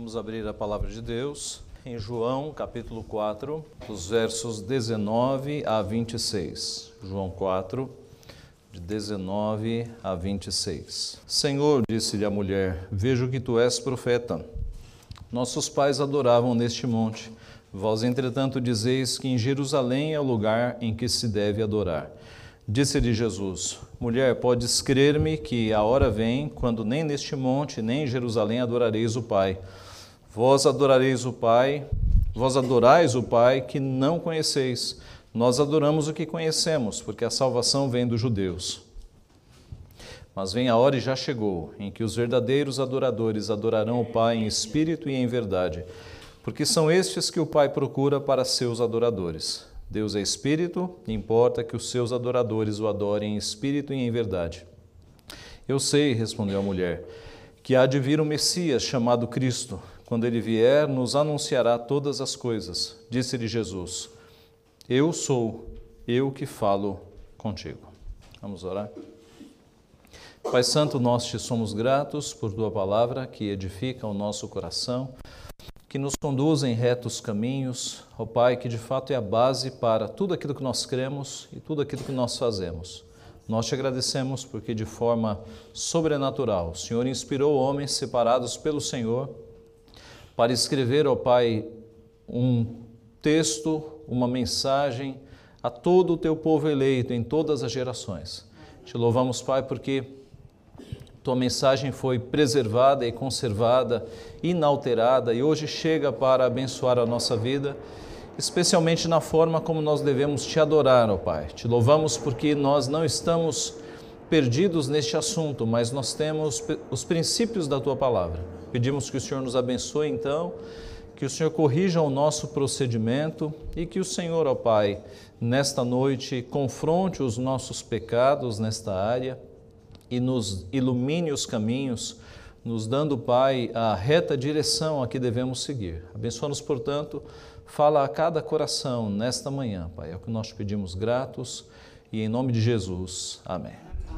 Vamos abrir a palavra de Deus em João, capítulo 4, dos versos 19 a 26. João 4, de 19 a 26. Senhor, disse-lhe a mulher, vejo que tu és profeta. Nossos pais adoravam neste monte. Vós, entretanto, dizeis que em Jerusalém é o lugar em que se deve adorar. Disse-lhe Jesus, mulher, podes crer-me que a hora vem, quando nem neste monte, nem em Jerusalém adorareis o Pai. Vós adorais o Pai que não conheceis. Nós adoramos o que conhecemos, porque a salvação vem dos judeus. Mas vem a hora e já chegou, em que os verdadeiros adoradores adorarão o Pai em espírito e em verdade, porque são estes que o Pai procura para seus adoradores. Deus é espírito, e importa que os seus adoradores o adorem em espírito e em verdade. Eu sei, respondeu a mulher, que há de vir o Messias, chamado Cristo. Quando ele vier, nos anunciará todas as coisas. Disse-lhe Jesus, eu sou, eu que falo contigo. Vamos orar? Pai Santo, nós te somos gratos por tua palavra que edifica o nosso coração, que nos conduz em retos caminhos, ó Pai, que de fato é a base para tudo aquilo que nós cremos e tudo aquilo que nós fazemos. Nós te agradecemos porque de forma sobrenatural o Senhor inspirou homens separados pelo Senhor para escrever, ó Pai, um texto, uma mensagem a todo o teu povo eleito em todas as gerações. Te louvamos, Pai, porque tua mensagem foi preservada e conservada, inalterada, e hoje chega para abençoar a nossa vida, especialmente na forma como nós devemos te adorar, ó Pai. Te louvamos porque nós não estamos perdidos neste assunto, mas nós temos os princípios da tua palavra. Pedimos que o Senhor nos abençoe, então, que o Senhor corrija o nosso procedimento e que o Senhor, ó Pai, nesta noite confronte os nossos pecados nesta área e nos ilumine os caminhos, nos dando, Pai, a reta direção a que devemos seguir. Abençoa-nos, portanto, fala a cada coração nesta manhã, Pai. É o que nós te pedimos gratos e em nome de Jesus. Amém.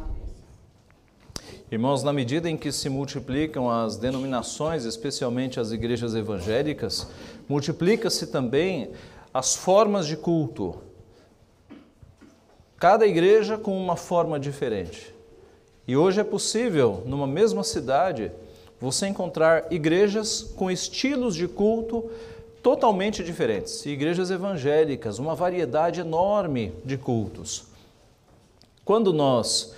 Irmãos, na medida em que se multiplicam as denominações, especialmente as igrejas evangélicas, multiplica-se também as formas de culto. Cada igreja com uma forma diferente. E hoje é possível, numa mesma cidade, você encontrar igrejas com estilos de culto totalmente diferentes. Igrejas evangélicas, uma variedade enorme de cultos. Quando nós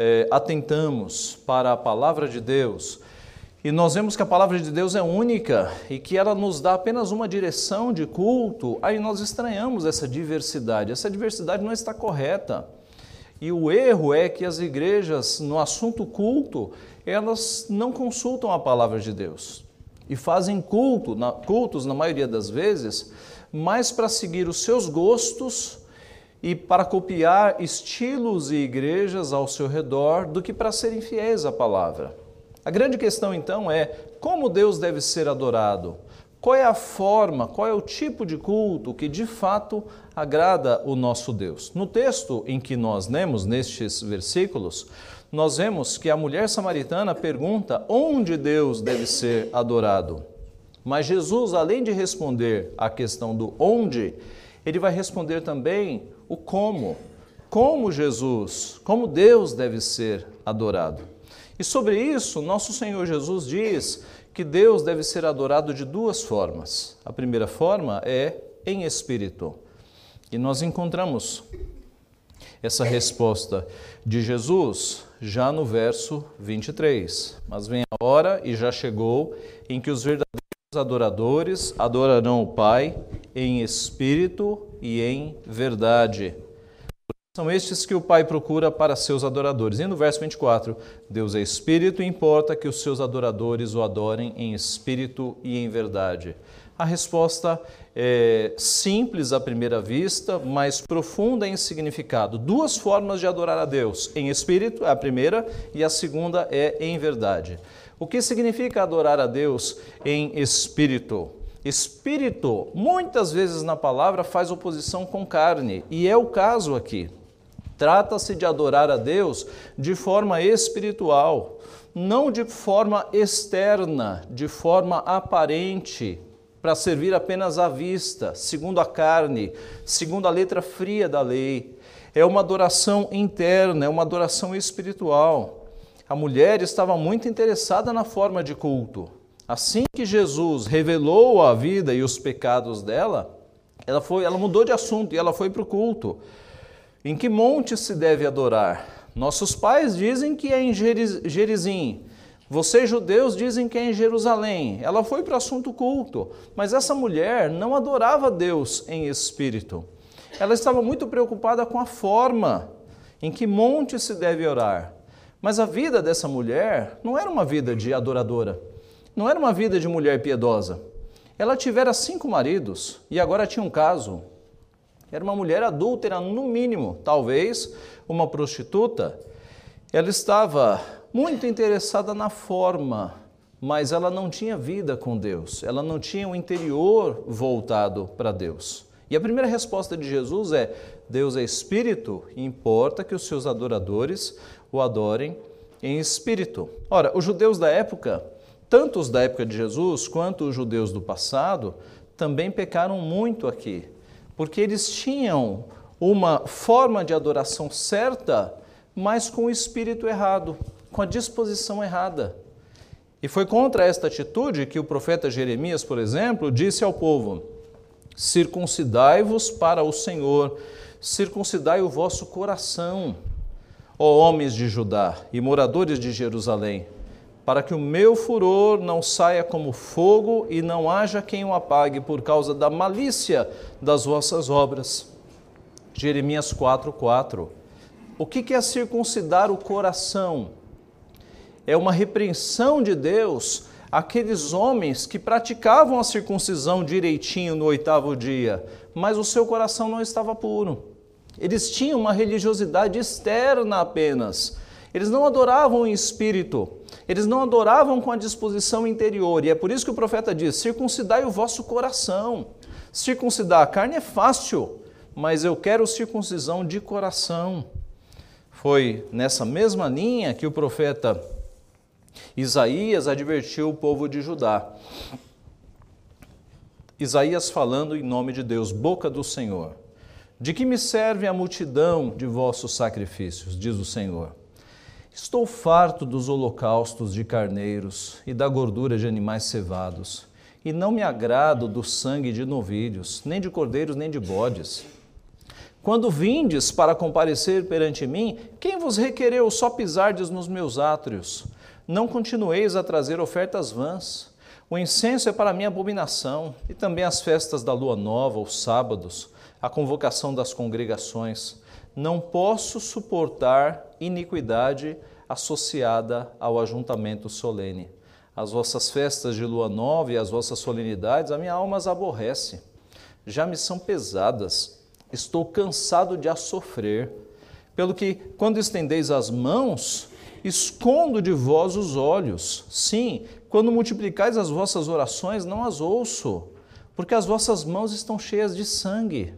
atentamos para a palavra de Deus, e nós vemos que a palavra de Deus é única e que ela nos dá apenas uma direção de culto, aí nós estranhamos essa diversidade. Essa diversidade não está correta. E o erro é que as igrejas, no assunto culto, elas não consultam a palavra de Deus. E fazem cultos, na maioria das vezes, mais para seguir os seus gostos e para copiar estilos e igrejas ao seu redor do que para serem fiéis à palavra. A grande questão, então, é como Deus deve ser adorado? Qual é a forma, qual é o tipo de culto que de fato agrada o nosso Deus? No texto em que nós lemos, nestes versículos, nós vemos que a mulher samaritana pergunta onde Deus deve ser adorado. Mas Jesus, além de responder à questão do onde, ele vai responder também o como. Como Deus deve ser adorado. E sobre isso, nosso Senhor Jesus diz que Deus deve ser adorado de duas formas. A primeira forma é em espírito. E nós encontramos essa resposta de Jesus já no verso 23. Mas vem a hora, e já chegou, em que os verdadeiros adoradores adorarão o Pai em espírito e em verdade. São estes que o Pai procura para seus adoradores. E no verso 24, Deus é espírito e importa que os seus adoradores o adorem em espírito e em verdade. A resposta é simples à primeira vista, mas profunda em significado. Duas formas de adorar a Deus. Em espírito é a primeira e a segunda é em verdade. O que significa adorar a Deus em espírito? Espírito, muitas vezes na palavra, faz oposição com carne, e é o caso aqui. Trata-se de adorar a Deus de forma espiritual, não de forma externa, de forma aparente, para servir apenas à vista, segundo a carne, segundo a letra fria da lei. É uma adoração interna, é uma adoração espiritual. A mulher estava muito interessada na forma de culto. Assim que Jesus revelou a vida e os pecados dela, ela mudou de assunto e ela foi para o culto. Em que monte se deve adorar? Nossos pais dizem que é em Gerizim. Vocês judeus dizem que é em Jerusalém. Ela foi para o assunto culto. Mas essa mulher não adorava Deus em espírito. Ela estava muito preocupada com a forma. Em que monte se deve orar? Mas a vida dessa mulher não era uma vida de adoradora. Não era uma vida de mulher piedosa. Ela tivera 5 maridos e agora tinha um caso. Era uma mulher adúltera, no mínimo, talvez uma prostituta. Ela estava muito interessada na forma, mas ela não tinha vida com Deus. Ela não tinha o interior voltado para Deus. E a primeira resposta de Jesus é: Deus é espírito e importa que os seus adoradores o adorem em espírito. Ora, os judeus da época, tanto os da época de Jesus quanto os judeus do passado, também pecaram muito aqui. Porque eles tinham uma forma de adoração certa, mas com o espírito errado, com a disposição errada. E foi contra esta atitude que o profeta Jeremias, por exemplo, disse ao povo: circuncidai-vos para o Senhor, circuncidai o vosso coração, ó homens de Judá e moradores de Jerusalém, para que o meu furor não saia como fogo e não haja quem o apague por causa da malícia das vossas obras. Jeremias 4:4. O que é circuncidar o coração? É uma repreensão de Deus àqueles homens que praticavam a circuncisão direitinho no 8º dia, mas o seu coração não estava puro. Eles tinham uma religiosidade externa apenas. Eles não adoravam em espírito, eles não adoravam com a disposição interior. E é por isso que o profeta diz: circuncidai o vosso coração. Circuncidar a carne é fácil, mas eu quero circuncisão de coração. Foi nessa mesma linha que o profeta Isaías advertiu o povo de Judá. Isaías falando em nome de Deus, boca do Senhor: de que me serve a multidão de vossos sacrifícios, diz o Senhor. Estou farto dos holocaustos de carneiros e da gordura de animais cevados, e não me agrado do sangue de novilhos, nem de cordeiros, nem de bodes. Quando vindes para comparecer perante mim, quem vos requereu só pisardes nos meus átrios? Não continueis a trazer ofertas vãs. O incenso é para mim abominação, e também as festas da lua nova, os sábados, a convocação das congregações. Não posso suportar iniquidade associada ao ajuntamento solene. As vossas festas de lua nova e as vossas solenidades, a minha alma as aborrece. Já me são pesadas, estou cansado de as sofrer. Pelo que, quando estendeis as mãos, escondo de vós os olhos. Sim, quando multiplicais as vossas orações, não as ouço, porque as vossas mãos estão cheias de sangue.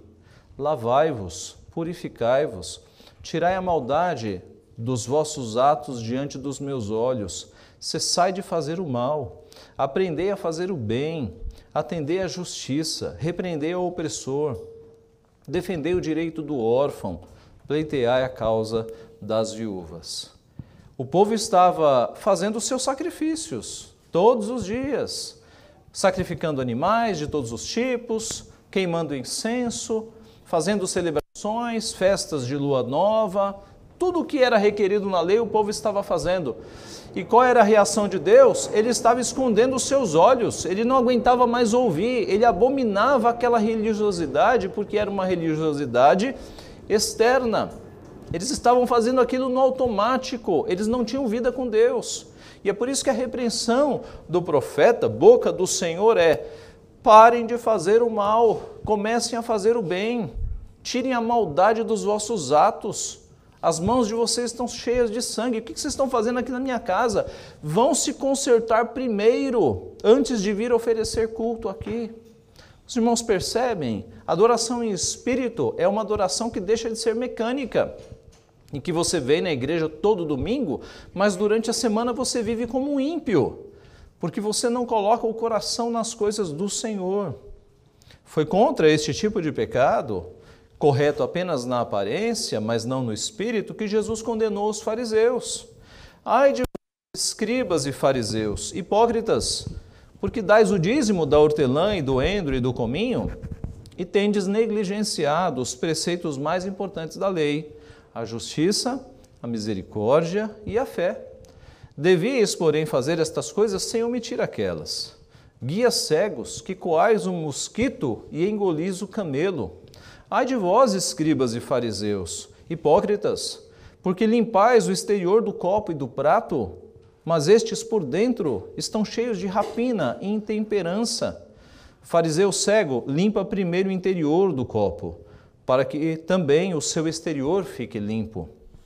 Lavai-vos, purificai-vos, tirai a maldade dos vossos atos diante dos meus olhos. Cessai de fazer o mal, aprendei a fazer o bem, atendei à justiça, repreendei ao opressor, defendei o direito do órfão, pleiteai a causa das viúvas. O povo estava fazendo os seus sacrifícios todos os dias, sacrificando animais de todos os tipos, queimando incenso, fazendo celebrações, festas de lua nova, tudo o que era requerido na lei o povo estava fazendo. E qual era a reação de Deus? Ele estava escondendo os seus olhos, ele não aguentava mais ouvir, ele abominava aquela religiosidade, porque era uma religiosidade externa. Eles estavam fazendo aquilo no automático, eles não tinham vida com Deus. E é por isso que a repreensão do profeta, boca do Senhor, é: parem de fazer o mal, comecem a fazer o bem, tirem a maldade dos vossos atos. As mãos de vocês estão cheias de sangue. O que vocês estão fazendo aqui na minha casa? Vão se consertar primeiro, antes de vir oferecer culto aqui. Os irmãos percebem? A adoração em espírito é uma adoração que deixa de ser mecânica. em que você vem na igreja todo domingo, mas durante a semana você vive como um ímpio, porque você não coloca o coração nas coisas do Senhor. Foi contra este tipo de pecado, correto apenas na aparência, mas não no espírito, que Jesus condenou os fariseus. Ai de escribas e fariseus, hipócritas, porque dais o dízimo da hortelã e do endro e do cominho, e tendes negligenciado os preceitos mais importantes da lei, a justiça, a misericórdia e a fé. Devíeis, porém, fazer estas coisas sem omitir aquelas. Guias cegos, que coais o mosquito e engolis o camelo. Ai de vós, escribas e fariseus, hipócritas, porque limpais o exterior do copo e do prato, mas estes por dentro estão cheios de rapina e intemperança. Fariseu cego, limpa primeiro o interior do copo, para que também o seu exterior fique limpo.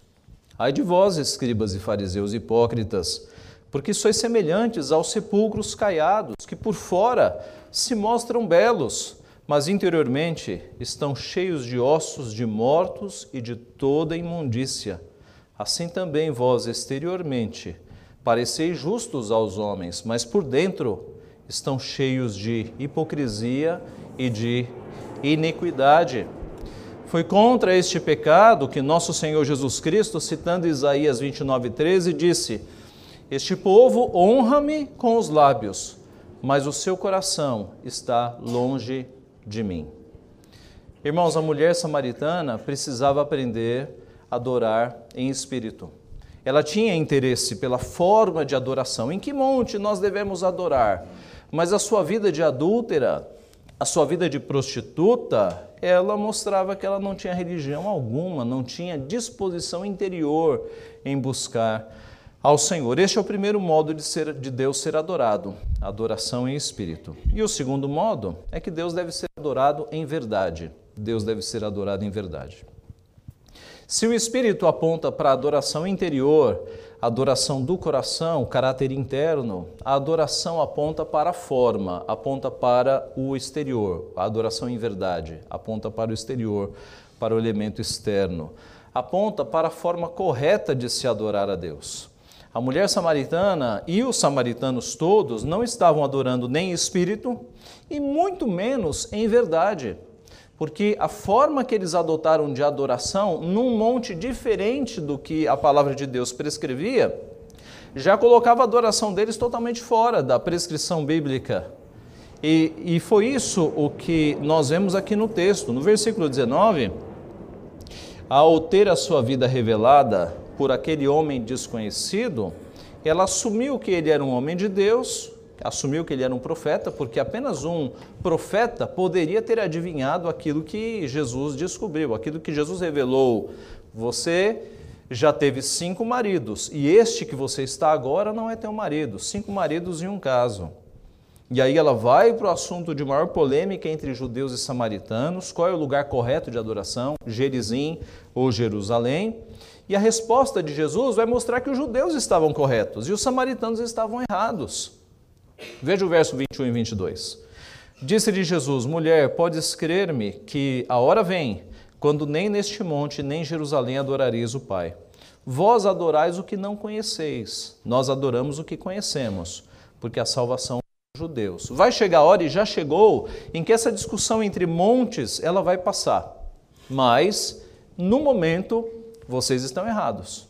Ai de vós, escribas e fariseus hipócritas, porque sois semelhantes aos sepulcros caiados, que por fora se mostram belos, mas interiormente estão cheios de ossos de mortos e de toda imundícia. Assim também vós, exteriormente, pareceis justos aos homens, mas por dentro estão cheios de hipocrisia e de iniquidade. Foi contra este pecado que nosso Senhor Jesus Cristo, citando Isaías 29:13, disse: Este povo honra-me com os lábios, mas o seu coração está longe de mim. Irmãos, a mulher samaritana precisava aprender a adorar em espírito. Ela tinha interesse pela forma de adoração. Em que monte nós devemos adorar? Mas a sua vida de adúltera, a sua vida de prostituta, ela mostrava que ela não tinha religião alguma, não tinha disposição interior em buscar ao Senhor. Este é o primeiro modo de Deus ser adorado, adoração em espírito. E o segundo modo é que Deus deve ser adorado em verdade. Deus deve ser adorado em verdade. Se o espírito aponta para a adoração interior, a adoração do coração, o caráter interno, a adoração aponta para a forma, aponta para o exterior. A adoração em verdade aponta para o exterior, para o elemento externo. Aponta para a forma correta de se adorar a Deus. A mulher samaritana e os samaritanos todos não estavam adorando nem em espírito e muito menos em verdade. Porque a forma que eles adotaram de adoração, num monte diferente do que a palavra de Deus prescrevia, já colocava a adoração deles totalmente fora da prescrição bíblica. E foi isso o que nós vemos aqui no texto. No versículo 19, ao ter a sua vida revelada por aquele homem desconhecido, ela assumiu que ele era um homem de Deus, assumiu que ele era um profeta, porque apenas um profeta poderia ter adivinhado aquilo que Jesus descobriu, aquilo que Jesus revelou. Você já teve 5 maridos, e este que você está agora não é teu marido. 5 maridos em um caso. E aí ela vai para o assunto de maior polêmica entre judeus e samaritanos, qual é o lugar correto de adoração, Gerizim ou Jerusalém. E a resposta de Jesus vai mostrar que os judeus estavam corretos e os samaritanos estavam errados. Veja o verso 21 e 22. Disse-lhe Jesus: mulher, podes crer-me que a hora vem, quando nem neste monte, nem em Jerusalém adorareis o Pai. Vós adorais o que não conheceis, nós adoramos o que conhecemos, porque a salvação é dos judeus. Vai chegar a hora, e já chegou, em que essa discussão entre montes, ela vai passar. Mas, no momento, vocês estão errados.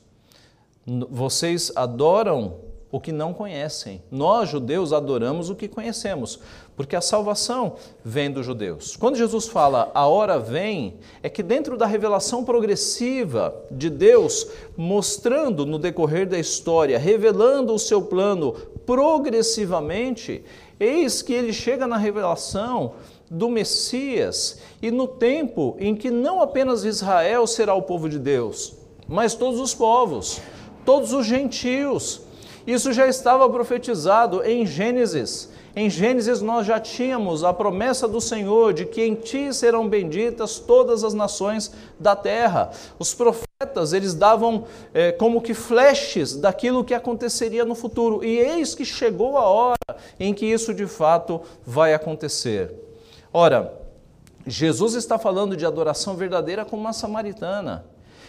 Vocês adoram o que não conhecem. Nós, judeus, adoramos o que conhecemos, porque a salvação vem dos judeus. Quando Jesus fala, a hora vem, é que dentro da revelação progressiva de Deus, mostrando no decorrer da história, revelando o seu plano progressivamente, eis que ele chega na revelação do Messias e no tempo em que não apenas Israel será o povo de Deus, mas todos os povos, todos os gentios. Isso já estava profetizado em Gênesis. Em Gênesis nós já tínhamos a promessa do Senhor de que em ti serão benditas todas as nações da terra. Os profetas, eles davam como que flashes daquilo que aconteceria no futuro. E eis que chegou a hora em que isso de fato vai acontecer. Ora, Jesus está falando de adoração verdadeira como uma samaritana.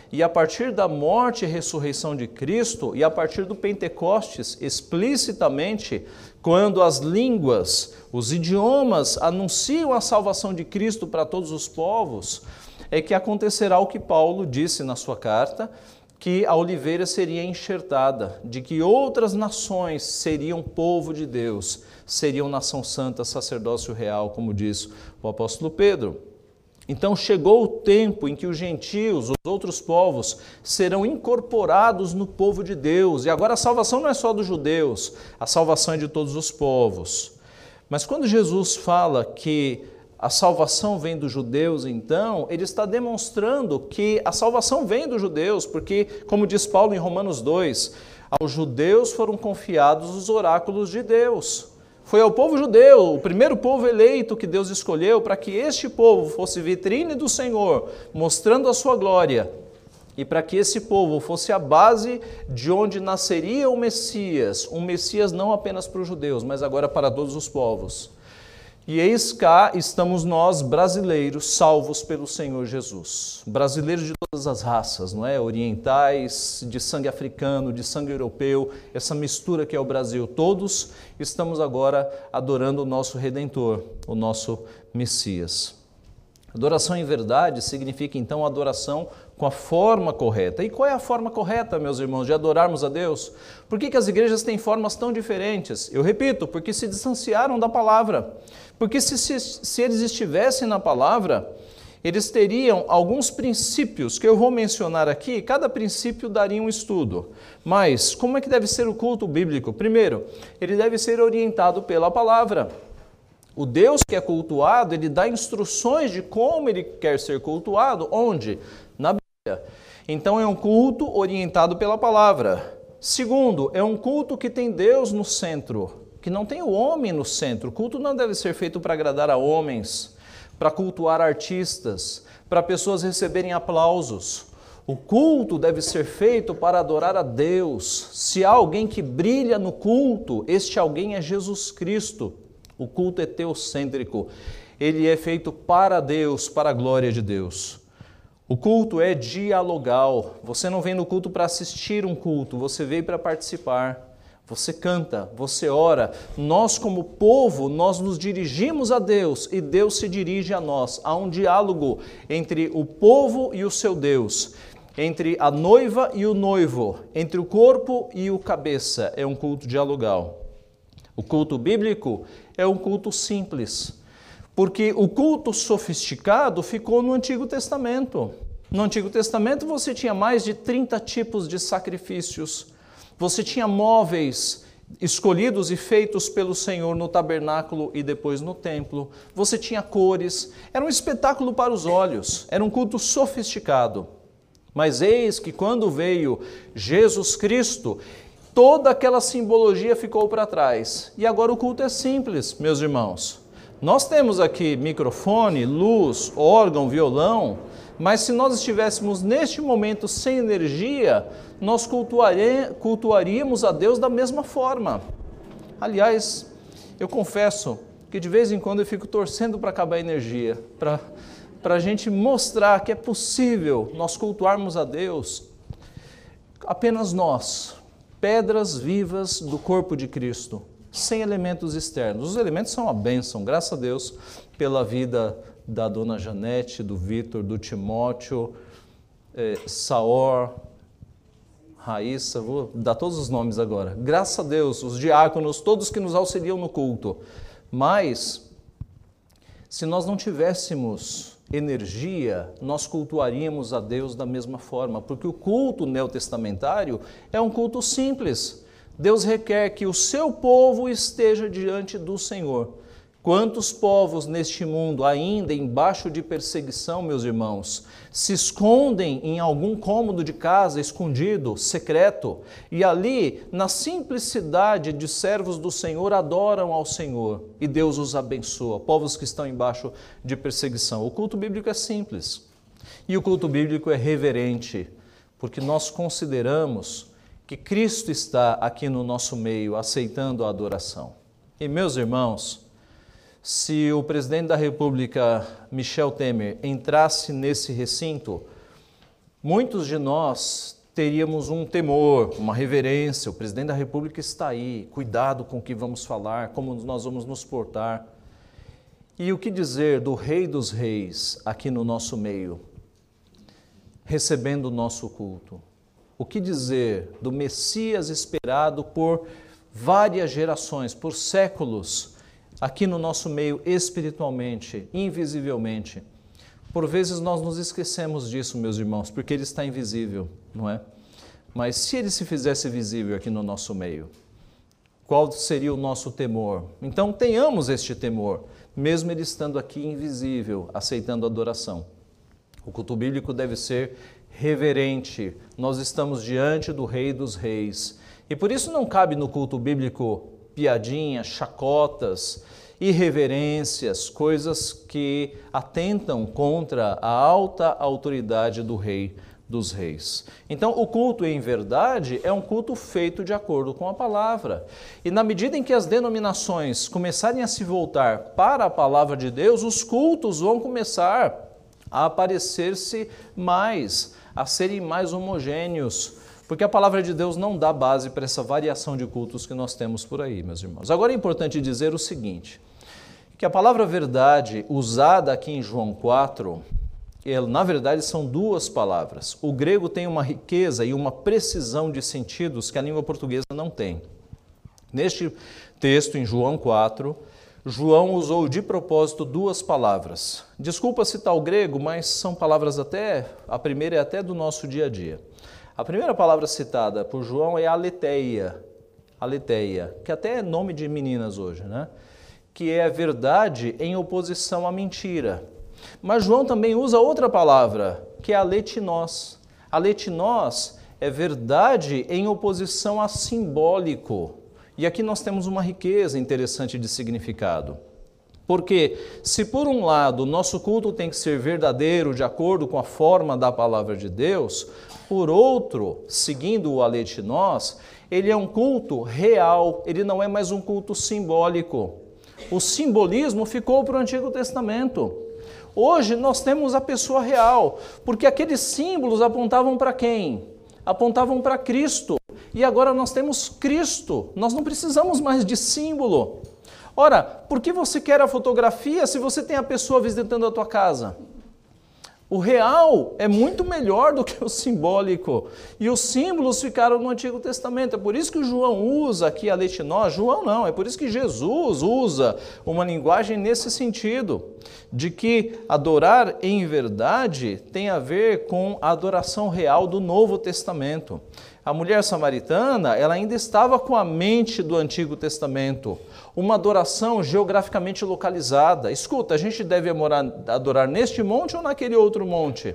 e a partir da morte e ressurreição de Cristo, e a partir do Pentecostes, explicitamente, quando as línguas, os idiomas anunciam a salvação de Cristo para todos os povos, é que acontecerá o que Paulo disse na sua carta, que a oliveira seria enxertada, de que outras nações seriam povo de Deus, seriam nação santa, sacerdócio real, como diz o apóstolo Pedro. Então chegou o tempo em que os gentios, os outros povos, serão incorporados no povo de Deus. E agora a salvação não é só dos judeus, a salvação é de todos os povos. Mas quando Jesus fala que a salvação vem dos judeus, então, ele está demonstrando que a salvação vem dos judeus, porque, como diz Paulo em Romanos 2, aos judeus foram confiados os oráculos de Deus. Foi ao povo judeu, o primeiro povo eleito que Deus escolheu para que este povo fosse vitrine do Senhor, mostrando a sua glória, e para que esse povo fosse a base de onde nasceria o Messias, um Messias não apenas para os judeus, mas agora para todos os povos. E eis cá estamos nós, brasileiros, salvos pelo Senhor Jesus. Brasileiros de todas as raças, não é? Orientais, de sangue africano, de sangue europeu, essa mistura que é o Brasil. Todos estamos agora adorando o nosso Redentor, o nosso Messias. Adoração em verdade significa então adoração com a forma correta. E qual é a forma correta, meus irmãos, de adorarmos a Deus? Por que as igrejas têm formas tão diferentes? Eu repito, porque se distanciaram da palavra. Porque se eles estivessem na palavra, eles teriam alguns princípios que eu vou mencionar aqui, cada princípio daria um estudo. Mas como é que deve ser o culto bíblico? Primeiro, ele deve ser orientado pela palavra. O Deus que é cultuado, ele dá instruções de como ele quer ser cultuado. Onde? Na Bíblia. Então é um culto orientado pela palavra. Segundo, é um culto que tem Deus no centro, que não tem o homem no centro. O culto não deve ser feito para agradar a homens, para cultuar artistas, para pessoas receberem aplausos. O culto deve ser feito para adorar a Deus. Se há alguém que brilha no culto, este alguém é Jesus Cristo. O culto é teocêntrico, ele é feito para Deus, para a glória de Deus. O culto é dialogal, você não vem no culto para assistir um culto, você veio para participar. Você canta, você ora, nós como povo, nós nos dirigimos a Deus e Deus se dirige a nós. Há um diálogo entre o povo e o seu Deus, entre a noiva e o noivo, entre o corpo e o cabeça, é um culto dialogal. O culto bíblico é um culto simples, porque o culto sofisticado ficou no Antigo Testamento. No Antigo Testamento você tinha mais de 30 tipos de sacrifícios, você tinha móveis escolhidos e feitos pelo Senhor no tabernáculo e depois no templo, você tinha cores, era um espetáculo para os olhos, era um culto sofisticado. Mas eis que quando veio Jesus Cristo, toda aquela simbologia ficou para trás. E agora o culto é simples, meus irmãos. Nós temos aqui microfone, luz, órgão, violão, mas se nós estivéssemos neste momento sem energia, nós cultuaríamos a Deus da mesma forma. Aliás, eu confesso que de vez em quando eu fico torcendo para acabar a energia, para a gente mostrar que é possível nós cultuarmos a Deus apenas nós, pedras vivas do corpo de Cristo, sem elementos externos. Os elementos são a bênção, graças a Deus, pela vida da dona Janete, do Vitor, do Timóteo, Saor, Raíssa, vou dar todos os nomes agora. Graças a Deus, os diáconos, todos que nos auxiliam no culto. Mas, se nós não tivéssemos energia, nós cultuaríamos a Deus da mesma forma, porque o culto neotestamentário é um culto simples. Deus requer que o seu povo esteja diante do Senhor. Quantos povos neste mundo, ainda embaixo de perseguição, meus irmãos, se escondem em algum cômodo de casa, escondido, secreto, e ali, na simplicidade de servos do Senhor, adoram ao Senhor, e Deus os abençoa, povos que estão embaixo de perseguição. O culto bíblico é simples, e o culto bíblico é reverente, porque nós consideramos que Cristo está aqui no nosso meio, aceitando a adoração. E, meus irmãos, se o presidente da República, Michel Temer, entrasse nesse recinto, muitos de nós teríamos um temor, uma reverência. O presidente da República está aí, cuidado com o que vamos falar, como nós vamos nos portar. E o que dizer do Rei dos Reis aqui no nosso meio, recebendo o nosso culto? O que dizer do Messias esperado por várias gerações, por séculos, aqui no nosso meio espiritualmente, invisivelmente? Por vezes nós nos esquecemos disso, meus irmãos, porque ele está invisível, não é? Mas se ele se fizesse visível aqui no nosso meio, qual seria o nosso temor? Então tenhamos este temor, mesmo ele estando aqui invisível, aceitando adoração. O culto bíblico deve ser reverente. Nós estamos diante do Rei dos Reis. E por isso não cabe no culto bíblico piadinhas, chacotas, irreverências, coisas que atentam contra a alta autoridade do Rei dos Reis. Então, o culto em verdade é um culto feito de acordo com a palavra. E na medida em que as denominações começarem a se voltar para a palavra de Deus, os cultos vão começar a aparecer-se mais, a serem mais homogêneos, porque a palavra de Deus não dá base para essa variação de cultos que nós temos por aí, meus irmãos. Agora é importante dizer o seguinte, que a palavra verdade usada aqui em João 4, na verdade são duas palavras. O grego tem uma riqueza e uma precisão de sentidos que a língua portuguesa não tem. Neste texto, em João 4, João usou de propósito duas palavras. Desculpa citar o grego, mas são palavras a primeira é até do nosso dia a dia. A primeira palavra citada por João é aletheia, que até é nome de meninas hoje, né? Que é a verdade em oposição à mentira. Mas João também usa outra palavra, que é aletinós. Aletinós é verdade em oposição a simbólico. E aqui nós temos uma riqueza interessante de significado. Porque se por um lado o nosso culto tem que ser verdadeiro, de acordo com a forma da palavra de Deus, por outro, seguindo o aletinós, ele é um culto real, ele não é mais um culto simbólico. O simbolismo ficou para o Antigo Testamento. Hoje nós temos a pessoa real, porque aqueles símbolos apontavam para quem? Apontavam para Cristo. E agora nós temos Cristo, nós não precisamos mais de símbolo. Ora, por que você quer a fotografia se você tem a pessoa visitando a tua casa? O real é muito melhor do que o simbólico. E os símbolos ficaram no Antigo Testamento. É por isso que João usa aqui aletinós. João não, é por isso que Jesus usa uma linguagem nesse sentido. De que adorar em verdade tem a ver com a adoração real do Novo Testamento. A mulher samaritana, ela ainda estava com a mente do Antigo Testamento, uma adoração geograficamente localizada. Escuta, a gente deve adorar neste monte ou naquele outro monte?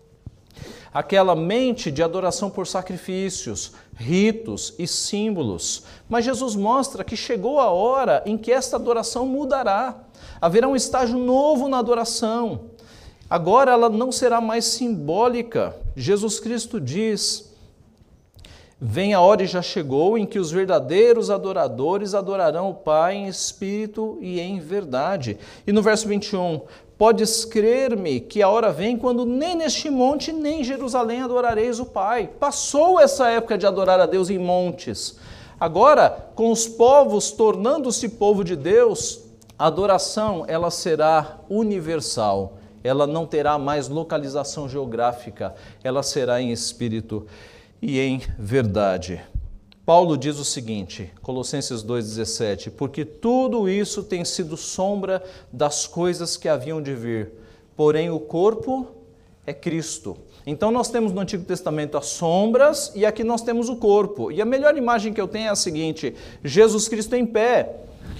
Aquela mente de adoração por sacrifícios, ritos e símbolos. Mas Jesus mostra que chegou a hora em que esta adoração mudará. Haverá um estágio novo na adoração. Agora ela não será mais simbólica. Jesus Cristo diz: vem a hora e já chegou em que os verdadeiros adoradores adorarão o Pai em espírito e em verdade. E no verso 21, podes crer-me que a hora vem quando nem neste monte nem em Jerusalém adorareis o Pai. Passou essa época de adorar a Deus em montes. Agora, com os povos tornando-se povo de Deus, a adoração ela será universal. Ela não terá mais localização geográfica, ela será em espírito e em verdade. Paulo diz o seguinte, Colossenses 2,17, porque tudo isso tem sido sombra das coisas que haviam de vir, porém o corpo é Cristo. Então nós temos no Antigo Testamento as sombras e aqui nós temos o corpo. E a melhor imagem que eu tenho é a seguinte, Jesus Cristo em pé,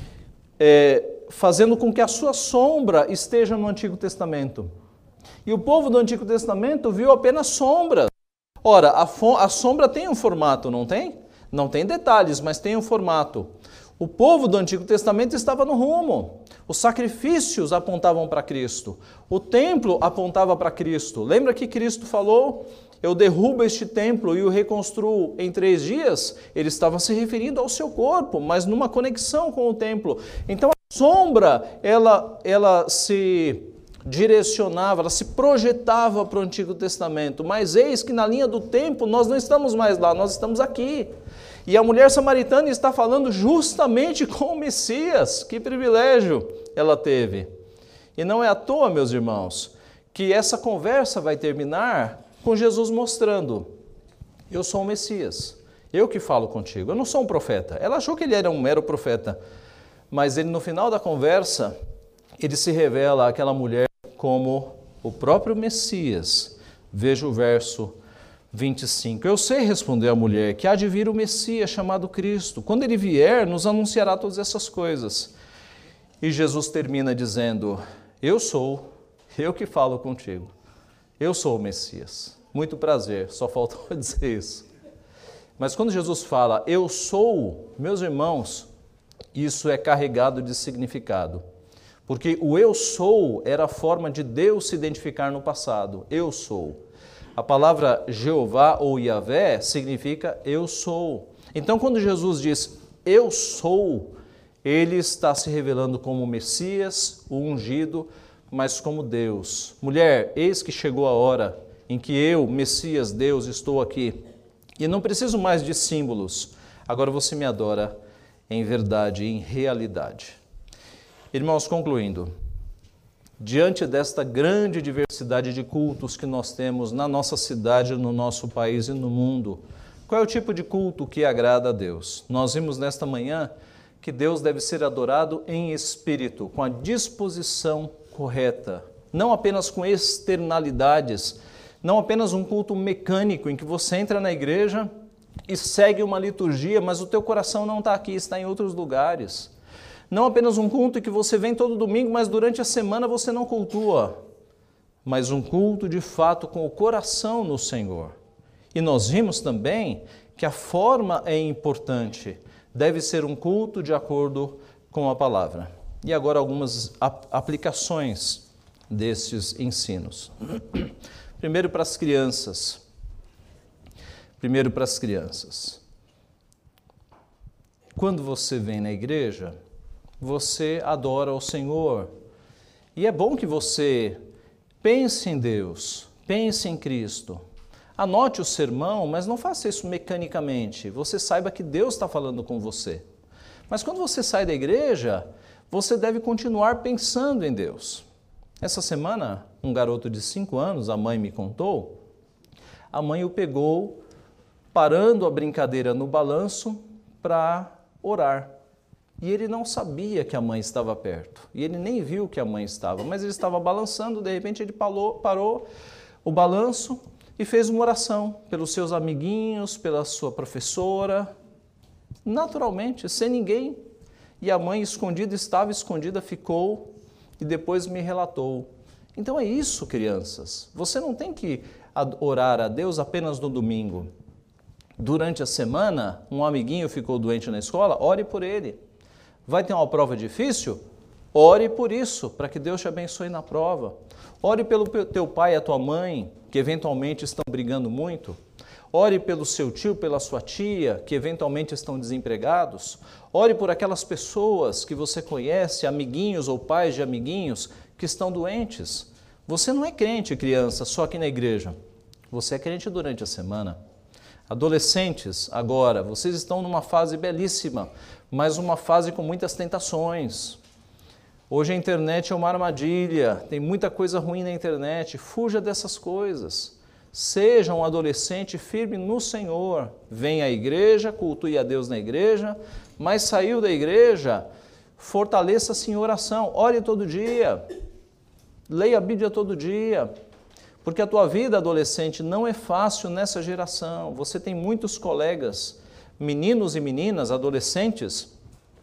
fazendo com que a sua sombra esteja no Antigo Testamento. E o povo do Antigo Testamento viu apenas sombras. Ora, a sombra tem um formato, não tem? Não tem detalhes, mas tem um formato. O povo do Antigo Testamento estava no rumo. Os sacrifícios apontavam para Cristo. O templo apontava para Cristo. Lembra que Cristo falou, eu derrubo este templo e o reconstruo em 3 dias? Ele estava se referindo ao seu corpo, mas numa conexão com o templo. Então a sombra, ela se direcionava, ela se projetava para o Antigo Testamento. Mas eis que na linha do tempo nós não estamos mais lá, nós estamos aqui. E a mulher samaritana está falando justamente com o Messias. Que privilégio ela teve. E não é à toa, meus irmãos, que essa conversa vai terminar com Jesus mostrando: eu sou o Messias, eu que falo contigo, eu não sou um profeta. Ela achou que ele era um mero profeta, mas ele, no final da conversa, ele se revela àquela mulher como o próprio Messias. Veja o verso 25. Eu sei, respondeu a mulher, que há de vir o Messias chamado Cristo. Quando ele vier, nos anunciará todas essas coisas. E Jesus termina dizendo: eu sou, eu que falo contigo. Eu sou o Messias. Muito prazer, só faltou dizer isso. Mas quando Jesus fala, eu sou, meus irmãos, isso é carregado de significado. Porque o eu sou era a forma de Deus se identificar no passado. Eu sou. A palavra Jeová ou Yahvé significa eu sou. Então, quando Jesus diz eu sou, ele está se revelando como o Messias, o ungido, mas como Deus. Mulher, eis que chegou a hora em que eu, Messias, Deus, estou aqui. E não preciso mais de símbolos. Agora você me adora em verdade, em realidade. Irmãos, concluindo, diante desta grande diversidade de cultos que nós temos na nossa cidade, no nosso país e no mundo, qual é o tipo de culto que agrada a Deus? Nós vimos nesta manhã que Deus deve ser adorado em espírito, com a disposição correta, não apenas com externalidades, não apenas um culto mecânico em que você entra na igreja e segue uma liturgia, mas o teu coração não está aqui, está em outros lugares. Não apenas um culto em que você vem todo domingo, mas durante a semana você não cultua, mas um culto de fato com o coração no Senhor. E nós vimos também que a forma é importante. Deve ser um culto de acordo com a palavra. E agora algumas aplicações desses ensinos. Primeiro para as crianças. Quando você vem na igreja, você adora o Senhor. E é bom que você pense em Deus, pense em Cristo. Anote o sermão, mas não faça isso mecanicamente. Você saiba que Deus está falando com você. Mas quando você sai da igreja, você deve continuar pensando em Deus. Essa semana, um garoto de 5 anos, a mãe me contou, a mãe o pegou parando a brincadeira no balanço para orar. E ele não sabia que a mãe estava perto. E ele nem viu que a mãe estava, mas ele estava balançando, de repente ele parou o balanço e fez uma oração pelos seus amiguinhos, pela sua professora, naturalmente, sem ninguém. E a mãe estava escondida, ficou e depois me relatou. Então é isso, crianças. Você não tem que orar a Deus apenas no domingo. Durante a semana, um amiguinho ficou doente na escola, ore por ele. Vai ter uma prova difícil? Ore por isso, para que Deus te abençoe na prova. Ore pelo teu pai e a tua mãe, que eventualmente estão brigando muito. Ore pelo seu tio, pela sua tia, que eventualmente estão desempregados. Ore por aquelas pessoas que você conhece, amiguinhos ou pais de amiguinhos, que estão doentes. Você não é crente, criança, só aqui na igreja. Você é crente durante a semana. Adolescentes, agora, vocês estão numa fase belíssima, mas uma fase com muitas tentações. Hoje a internet é uma armadilha, tem muita coisa ruim na internet, fuja dessas coisas. Seja um adolescente firme no Senhor, venha à igreja, cultue a Deus na igreja, mas saiu da igreja, fortaleça-se em oração, ore todo dia, leia a Bíblia todo dia, porque a tua vida, adolescente, não é fácil nessa geração. Você tem muitos colegas, meninos e meninas, adolescentes,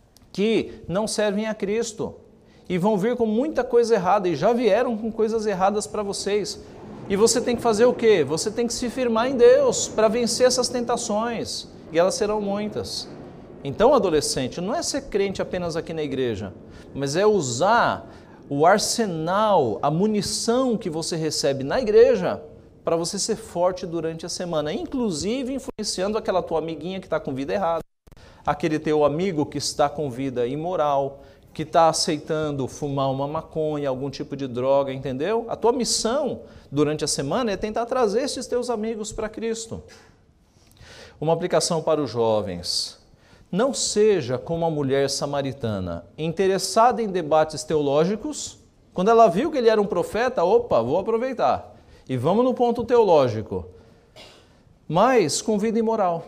que não servem a Cristo e vão vir com muita coisa errada e já vieram com coisas erradas para vocês. E você tem que fazer o quê? Você tem que se firmar em Deus para vencer essas tentações, e elas serão muitas. Então, adolescente, não é ser crente apenas aqui na igreja, mas é usar o arsenal, a munição que você recebe na igreja para você ser forte durante a semana, inclusive influenciando aquela tua amiguinha que está com vida errada, aquele teu amigo que está com vida imoral, que está aceitando fumar uma maconha, algum tipo de droga, entendeu? A tua missão durante a semana é tentar trazer esses teus amigos para Cristo. Uma aplicação para os jovens. Não seja como a mulher samaritana, interessada em debates teológicos. Quando ela viu que ele era um profeta, opa, vou aproveitar. E vamos no ponto teológico. Mas com vida imoral.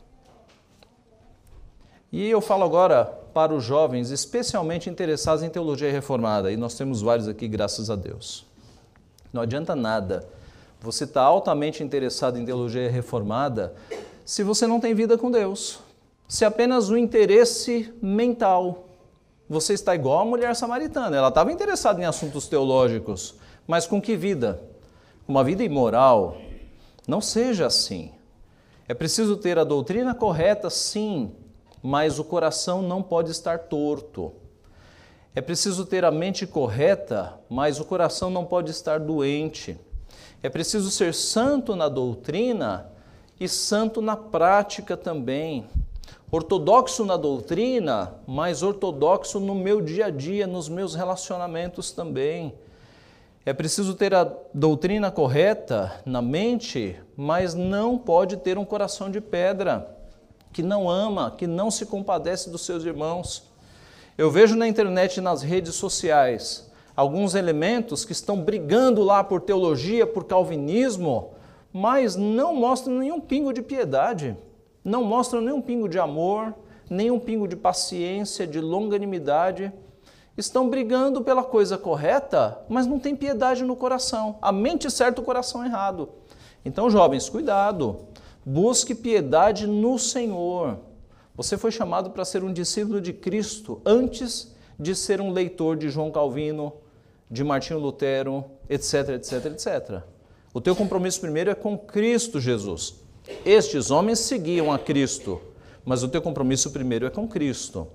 E eu falo agora para os jovens, especialmente interessados em teologia reformada. E nós temos vários aqui, graças a Deus. Não adianta nada você estar altamente interessado em teologia reformada se você não tem vida com Deus. Se apenas o interesse mental. Você está igual a mulher samaritana. Ela estava interessada em assuntos teológicos, mas com que vida? Uma vida imoral. Não seja assim. É preciso ter a doutrina correta, sim, mas o coração não pode estar torto. É preciso ter a mente correta, mas o coração não pode estar doente. É preciso ser santo na doutrina e santo na prática também. Ortodoxo na doutrina, mas ortodoxo no meu dia a dia, nos meus relacionamentos também. É preciso ter a doutrina correta na mente, mas não pode ter um coração de pedra, que não ama, que não se compadece dos seus irmãos. Eu vejo na internet e nas redes sociais alguns elementos que estão brigando lá por teologia, por calvinismo, mas não mostram nenhum pingo de piedade, não mostram nenhum pingo de amor, nenhum pingo de paciência, de longanimidade. Estão brigando pela coisa correta, mas não tem piedade no coração. A mente certa, o coração errado. Então, jovens, cuidado. Busque piedade no Senhor. Você foi chamado para ser um discípulo de Cristo antes de ser um leitor de João Calvino, de Martinho Lutero, etc, etc, etc. O teu compromisso primeiro é com Cristo Jesus. Estes homens seguiam a Cristo, mas o teu compromisso primeiro é com Cristo.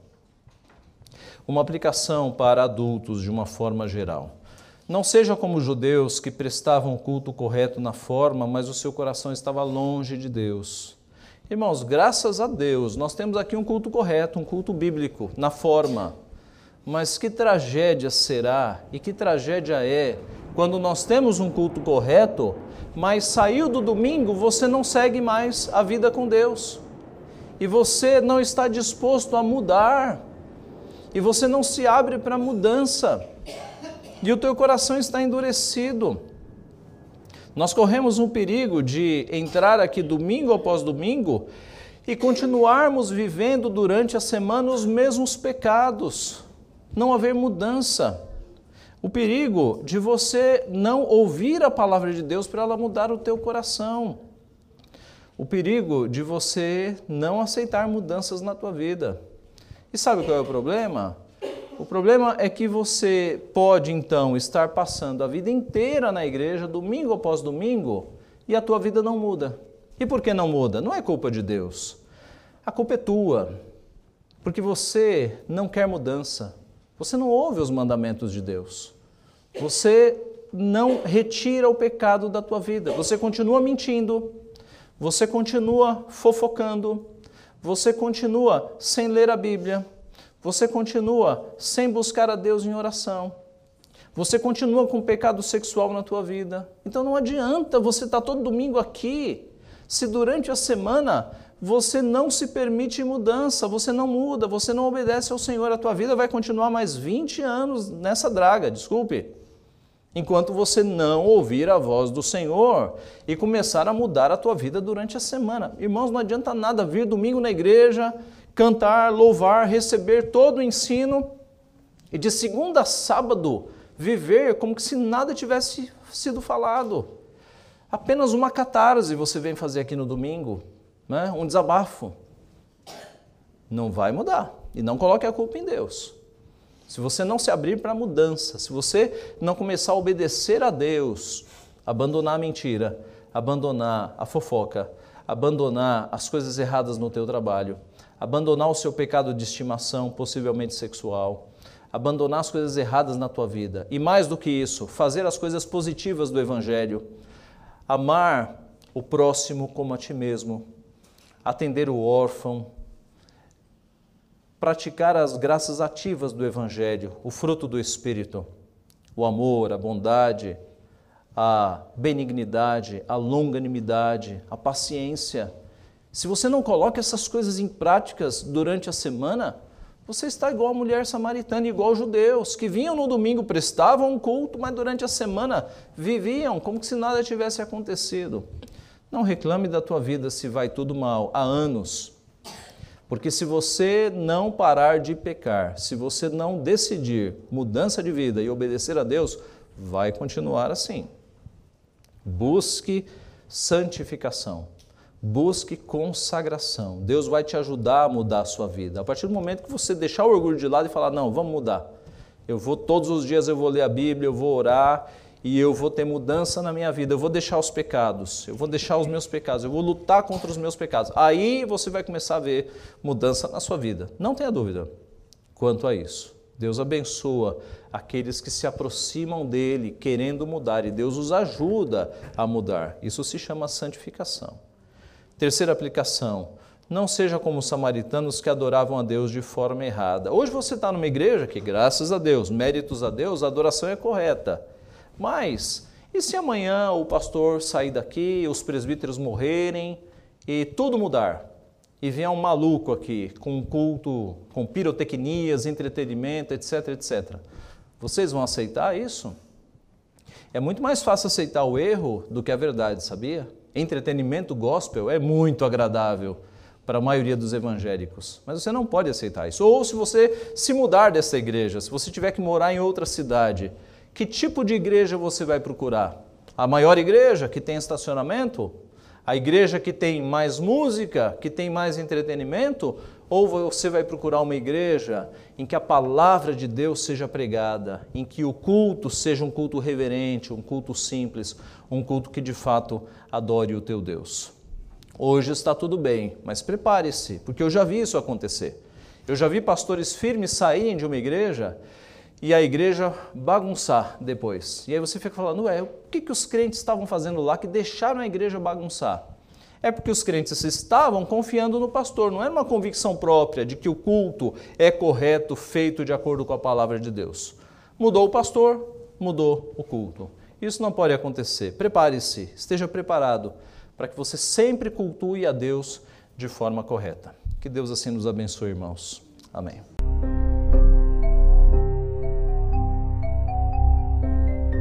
Uma aplicação para adultos de uma forma geral. Não seja como os judeus que prestavam o culto correto na forma, mas o seu coração estava longe de Deus. Irmãos, graças a Deus, nós temos aqui um culto correto, um culto bíblico, na forma. Mas que tragédia será e que tragédia é quando nós temos um culto correto, mas saiu do domingo, você não segue mais a vida com Deus. E você não está disposto a mudar. E você não se abre para a mudança. E o teu coração está endurecido. Nós corremos um perigo de entrar aqui domingo após domingo e continuarmos vivendo durante a semana os mesmos pecados. Não haver mudança. O perigo de você não ouvir a palavra de Deus para ela mudar o teu coração. O perigo de você não aceitar mudanças na tua vida. E sabe qual é o problema? O problema é que você pode, então, estar passando a vida inteira na igreja, domingo após domingo, e a tua vida não muda. E por que não muda? Não é culpa de Deus. A culpa é tua, porque você não quer mudança. Você não ouve os mandamentos de Deus. Você não retira o pecado da tua vida. Você continua mentindo, você continua fofocando, você continua sem ler a Bíblia, você continua sem buscar a Deus em oração, você continua com pecado sexual na tua vida. Então não adianta você estar todo domingo aqui, se durante a semana você não se permite mudança, você não muda, você não obedece ao Senhor, a tua vida vai continuar mais 20 anos nessa draga, desculpe, enquanto você não ouvir a voz do Senhor e começar a mudar a tua vida durante a semana. Irmãos, não adianta nada vir domingo na igreja, cantar, louvar, receber todo o ensino e de segunda a sábado viver como se nada tivesse sido falado. Apenas uma catarse você vem fazer aqui no domingo, né? Um desabafo. Não vai mudar. E não coloque a culpa em Deus. Se você não se abrir para a mudança, se você não começar a obedecer a Deus, abandonar a mentira, abandonar a fofoca, abandonar as coisas erradas no teu trabalho, abandonar o seu pecado de estimação, possivelmente sexual, abandonar as coisas erradas na tua vida e mais do que isso, fazer as coisas positivas do Evangelho, amar o próximo como a ti mesmo, atender o órfão, praticar as graças ativas do Evangelho, o fruto do Espírito, o amor, a bondade, a benignidade, a longanimidade, a paciência. Se você não coloca essas coisas em práticas durante a semana, você está igual a mulher samaritana, igual aos judeus, que vinham no domingo, prestavam um culto, mas durante a semana viviam como se nada tivesse acontecido. Não reclame da tua vida se vai tudo mal, há anos. Porque se você não parar de pecar, se você não decidir mudança de vida e obedecer a Deus, vai continuar assim. Busque santificação, busque consagração. Deus vai te ajudar a mudar a sua vida. A partir do momento que você deixar o orgulho de lado e falar, não, vamos mudar. Todos os dias eu vou ler a Bíblia, eu vou orar e eu vou ter mudança na minha vida. Eu vou deixar os pecados, eu vou deixar os meus pecados, eu vou lutar contra os meus pecados. Aí você vai começar a ver mudança na sua vida. Não tenha dúvida quanto a isso. Deus abençoa aqueles que se aproximam dele querendo mudar e Deus os ajuda a mudar. Isso se chama santificação. Terceira aplicação, não seja como os samaritanos que adoravam a Deus de forma errada. Hoje você está numa igreja que, graças a Deus, méritos a Deus, a adoração é correta. Mas, e se amanhã o pastor sair daqui, os presbíteros morrerem e tudo mudar? E vier um maluco aqui com um culto, com pirotecnias, entretenimento, etc, etc. Vocês vão aceitar isso? É muito mais fácil aceitar o erro do que a verdade, sabia? Entretenimento gospel é muito agradável para a maioria dos evangélicos, mas você não pode aceitar isso. Ou se você se mudar dessa igreja, se você tiver que morar em outra cidade, que tipo de igreja você vai procurar? A maior igreja que tem estacionamento? A igreja que tem mais música, que tem mais entretenimento? Ou você vai procurar uma igreja em que a palavra de Deus seja pregada, em que o culto seja um culto reverente, um culto simples, um culto que de fato adore o teu Deus? Hoje está tudo bem, mas prepare-se, porque eu já vi isso acontecer. Eu já vi pastores firmes saírem de uma igreja e a igreja bagunçar depois. E aí você fica falando, o que os crentes estavam fazendo lá que deixaram a igreja bagunçar? É porque os crentes estavam confiando no pastor, não era uma convicção própria de que o culto é correto, feito de acordo com a palavra de Deus. Mudou o pastor, mudou o culto. Isso não pode acontecer. Prepare-se, esteja preparado para que você sempre cultue a Deus de forma correta. Que Deus assim nos abençoe, irmãos. Amém.